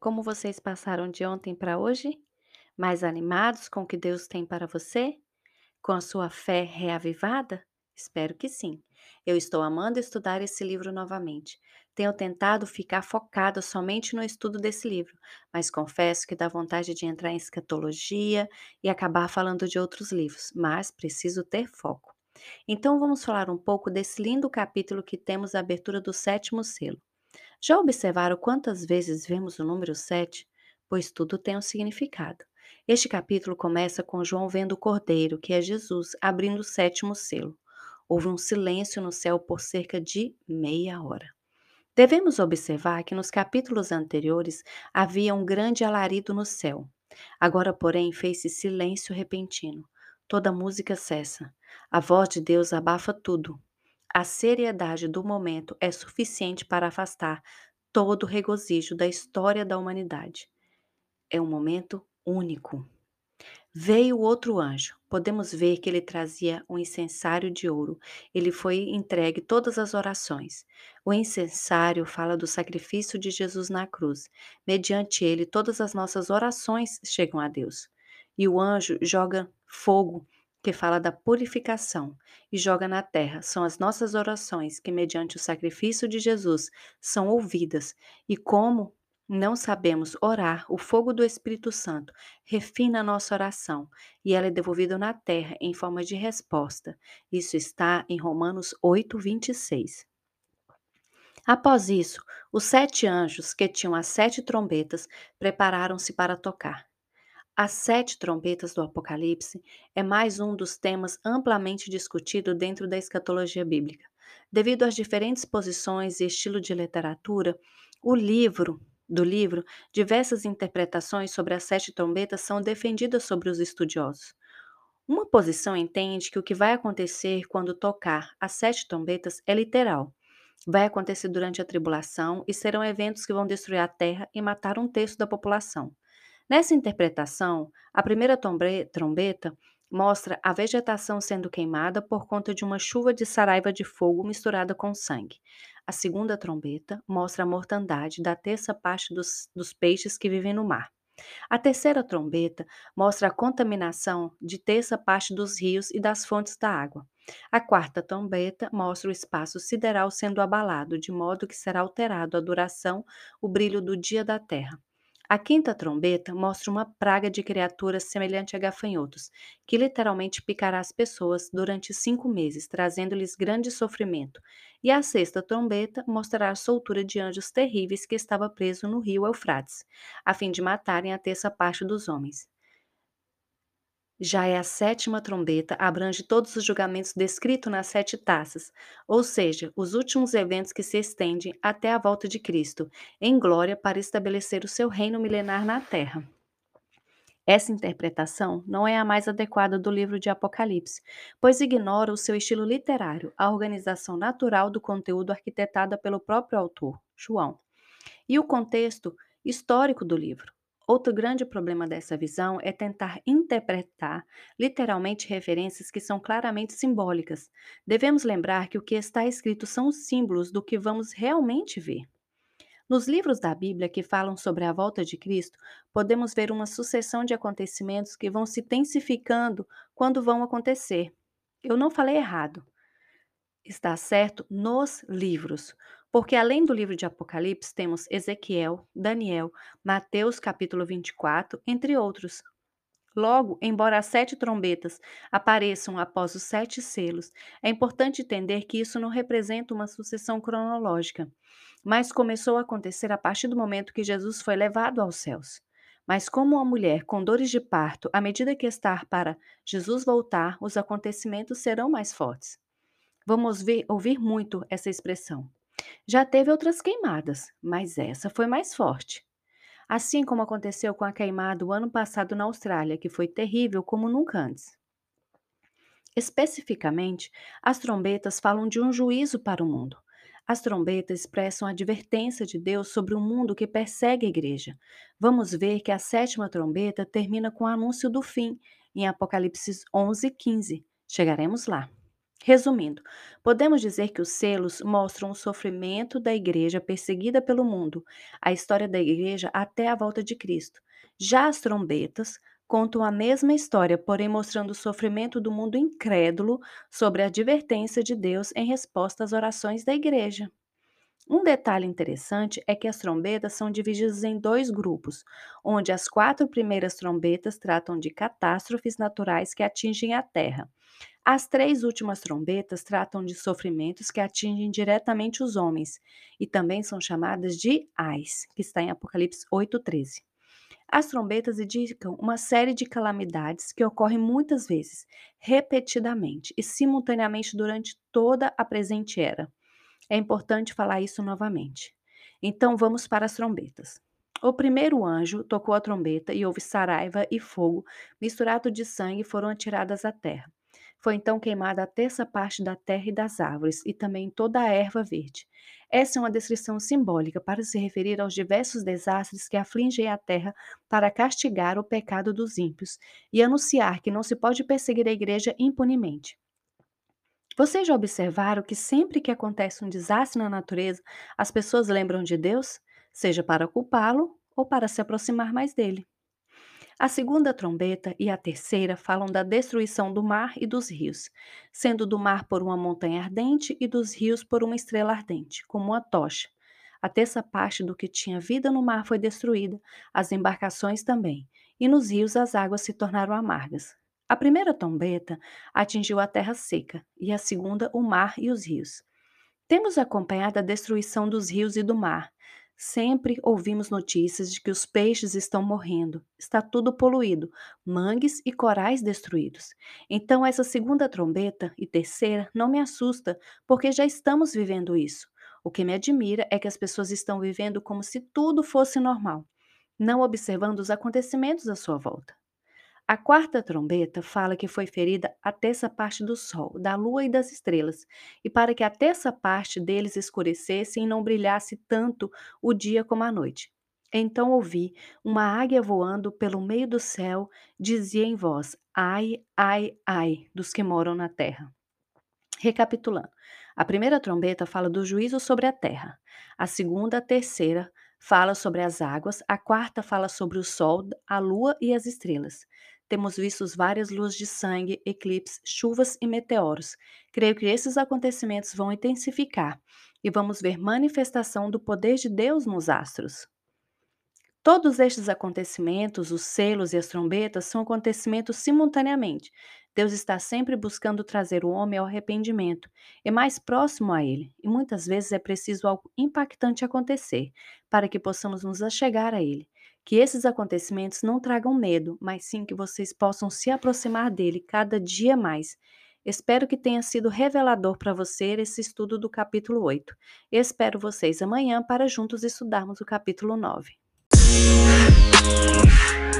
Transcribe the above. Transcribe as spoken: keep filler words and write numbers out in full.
Como vocês passaram de ontem para hoje? Mais animados com o que Deus tem para você? Com a sua fé reavivada? Espero que sim. Eu estou amando estudar esse livro novamente. Tenho tentado ficar focada somente no estudo desse livro, mas confesso que dá vontade de entrar em escatologia e acabar falando de outros livros, mas preciso ter foco. Então vamos falar um pouco desse lindo capítulo que temos a abertura do sétimo selo. Já observaram quantas vezes vemos o número sete? Pois tudo tem um significado. Este capítulo começa com João vendo o Cordeiro, que é Jesus, abrindo o sétimo selo. Houve um silêncio no céu por cerca de meia hora. Devemos observar que nos capítulos anteriores havia um grande alarido no céu. Agora, porém, fez-se silêncio repentino. Toda música cessa. A voz de Deus abafa tudo. A seriedade do momento é suficiente para afastar todo o regozijo da história da humanidade. É um momento único. Veio outro anjo. Podemos ver que ele trazia um incensário de ouro. Ele foi entregue todas as orações. O incensário fala do sacrifício de Jesus na cruz. Mediante ele, todas as nossas orações chegam a Deus. E o anjo joga fogo, que fala da purificação, e joga na terra. São as nossas orações que, mediante o sacrifício de Jesus, são ouvidas. E como não sabemos orar, o fogo do Espírito Santo refina a nossa oração e ela é devolvida na terra em forma de resposta. Isso está em Romanos oito, vinte e seis. Após isso, os sete anjos que tinham as sete trombetas prepararam-se para tocar. As sete trombetas do Apocalipse é mais um dos temas amplamente discutido dentro da escatologia bíblica. Devido às diferentes posições e estilo de literatura, o livro do livro, diversas interpretações sobre as sete trombetas são defendidas sobre os estudiosos. Uma posição entende que o que vai acontecer quando tocar as sete trombetas é literal. Vai acontecer durante a tribulação e serão eventos que vão destruir a terra e matar um terço da população. Nessa interpretação, a primeira tombre- trombeta mostra a vegetação sendo queimada por conta de uma chuva de saraiva de fogo misturada com sangue. A segunda trombeta mostra a mortandade da terça parte dos, dos peixes que vivem no mar. A terceira trombeta mostra a contaminação de terça parte dos rios e das fontes da água. A quarta trombeta mostra o espaço sideral sendo abalado, de modo que será alterado a duração, o brilho do dia da terra. A quinta trombeta mostra uma praga de criaturas semelhante a gafanhotos, que literalmente picará as pessoas durante cinco meses, trazendo-lhes grande sofrimento. E a sexta trombeta mostrará a soltura de anjos terríveis que estava preso no rio Eufrates, a fim de matarem a terça parte dos homens. Já é a sétima trombeta abrange todos os julgamentos descritos nas sete taças, ou seja, os últimos eventos que se estendem até a volta de Cristo, em glória para estabelecer o seu reino milenar na terra. Essa interpretação não é a mais adequada do livro de Apocalipse, pois ignora o seu estilo literário, a organização natural do conteúdo arquitetada pelo próprio autor, João, e o contexto histórico do livro. Outro grande problema dessa visão é tentar interpretar literalmente referências que são claramente simbólicas. Devemos lembrar que o que está escrito são os símbolos do que vamos realmente ver. Nos livros da Bíblia que falam sobre a volta de Cristo, podemos ver uma sucessão de acontecimentos que vão se intensificando quando vão acontecer. Eu não falei errado. Está certo nos livros, porque além do livro de Apocalipse, temos Ezequiel, Daniel, Mateus capítulo vinte e quatro, entre outros. Logo, embora as sete trombetas apareçam após os sete selos, é importante entender que isso não representa uma sucessão cronológica, mas começou a acontecer a partir do momento que Jesus foi levado aos céus. Mas como uma mulher com dores de parto, à medida que está para Jesus voltar, os acontecimentos serão mais fortes. Vamos ver- ouvir muito essa expressão. Já teve outras queimadas, mas essa foi mais forte. Assim como aconteceu com a queimada o ano passado na Austrália, que foi terrível como nunca antes. Especificamente, as trombetas falam de um juízo para o mundo. As trombetas expressam a advertência de Deus sobre o mundo que persegue a igreja. Vamos ver que a sétima trombeta termina com o anúncio do fim, em Apocalipse onze, quinze. Chegaremos lá. Resumindo, podemos dizer que os selos mostram o sofrimento da igreja perseguida pelo mundo, a história da igreja até a volta de Cristo. Já as trombetas contam a mesma história, porém mostrando o sofrimento do mundo incrédulo sobre a advertência de Deus em resposta às orações da igreja. Um detalhe interessante é que as trombetas são divididas em dois grupos, onde as quatro primeiras trombetas tratam de catástrofes naturais que atingem a terra. As três últimas trombetas tratam de sofrimentos que atingem diretamente os homens, e também são chamadas de ais, que está em Apocalipse oito, treze. As trombetas indicam uma série de calamidades que ocorrem muitas vezes, repetidamente e simultaneamente durante toda a presente era. É importante falar isso novamente. Então vamos para as trombetas. O primeiro anjo tocou a trombeta e houve saraiva e fogo misturado de sangue foram atiradas à terra. Foi então queimada a terça parte da terra e das árvores, e também toda a erva verde. Essa é uma descrição simbólica para se referir aos diversos desastres que afligem a terra para castigar o pecado dos ímpios e anunciar que não se pode perseguir a igreja impunemente. Vocês já observaram que sempre que acontece um desastre na natureza, as pessoas lembram de Deus, seja para culpá-lo ou para se aproximar mais dele? A segunda trombeta e a terceira falam da destruição do mar e dos rios, sendo do mar por uma montanha ardente e dos rios por uma estrela ardente, como uma tocha. A terça parte do que tinha vida no mar foi destruída, as embarcações também, e nos rios as águas se tornaram amargas. A primeira trombeta atingiu a terra seca, e a segunda o mar e os rios. Temos acompanhado a destruição dos rios e do mar. Sempre ouvimos notícias de que os peixes estão morrendo, está tudo poluído, mangues e corais destruídos. Então, essa segunda trombeta e terceira não me assusta, porque já estamos vivendo isso. O que me admira é que as pessoas estão vivendo como se tudo fosse normal, não observando os acontecimentos à sua volta. A quarta trombeta fala que foi ferida a terça parte do sol, da lua e das estrelas, e para que a terça parte deles escurecesse e não brilhasse tanto o dia como a noite. Então ouvi uma águia voando pelo meio do céu, dizia em voz: Ai, ai, ai, dos que moram na terra. Recapitulando, a primeira trombeta fala do juízo sobre a terra, a segunda, a terceira, fala sobre as águas, a quarta fala sobre o sol, a lua e as estrelas. Temos visto várias luas de sangue, eclipses, chuvas e meteoros. Creio que esses acontecimentos vão intensificar e vamos ver manifestação do poder de Deus nos astros. Todos estes acontecimentos, os selos e as trombetas, são acontecimentos simultaneamente. Deus está sempre buscando trazer o homem ao arrependimento, é mais próximo a Ele, e muitas vezes é preciso algo impactante acontecer para que possamos nos achegar a Ele. Que esses acontecimentos não tragam medo, mas sim que vocês possam se aproximar dele cada dia mais. Espero que tenha sido revelador para você esse estudo do capítulo oito. Espero vocês amanhã para juntos estudarmos o capítulo nove.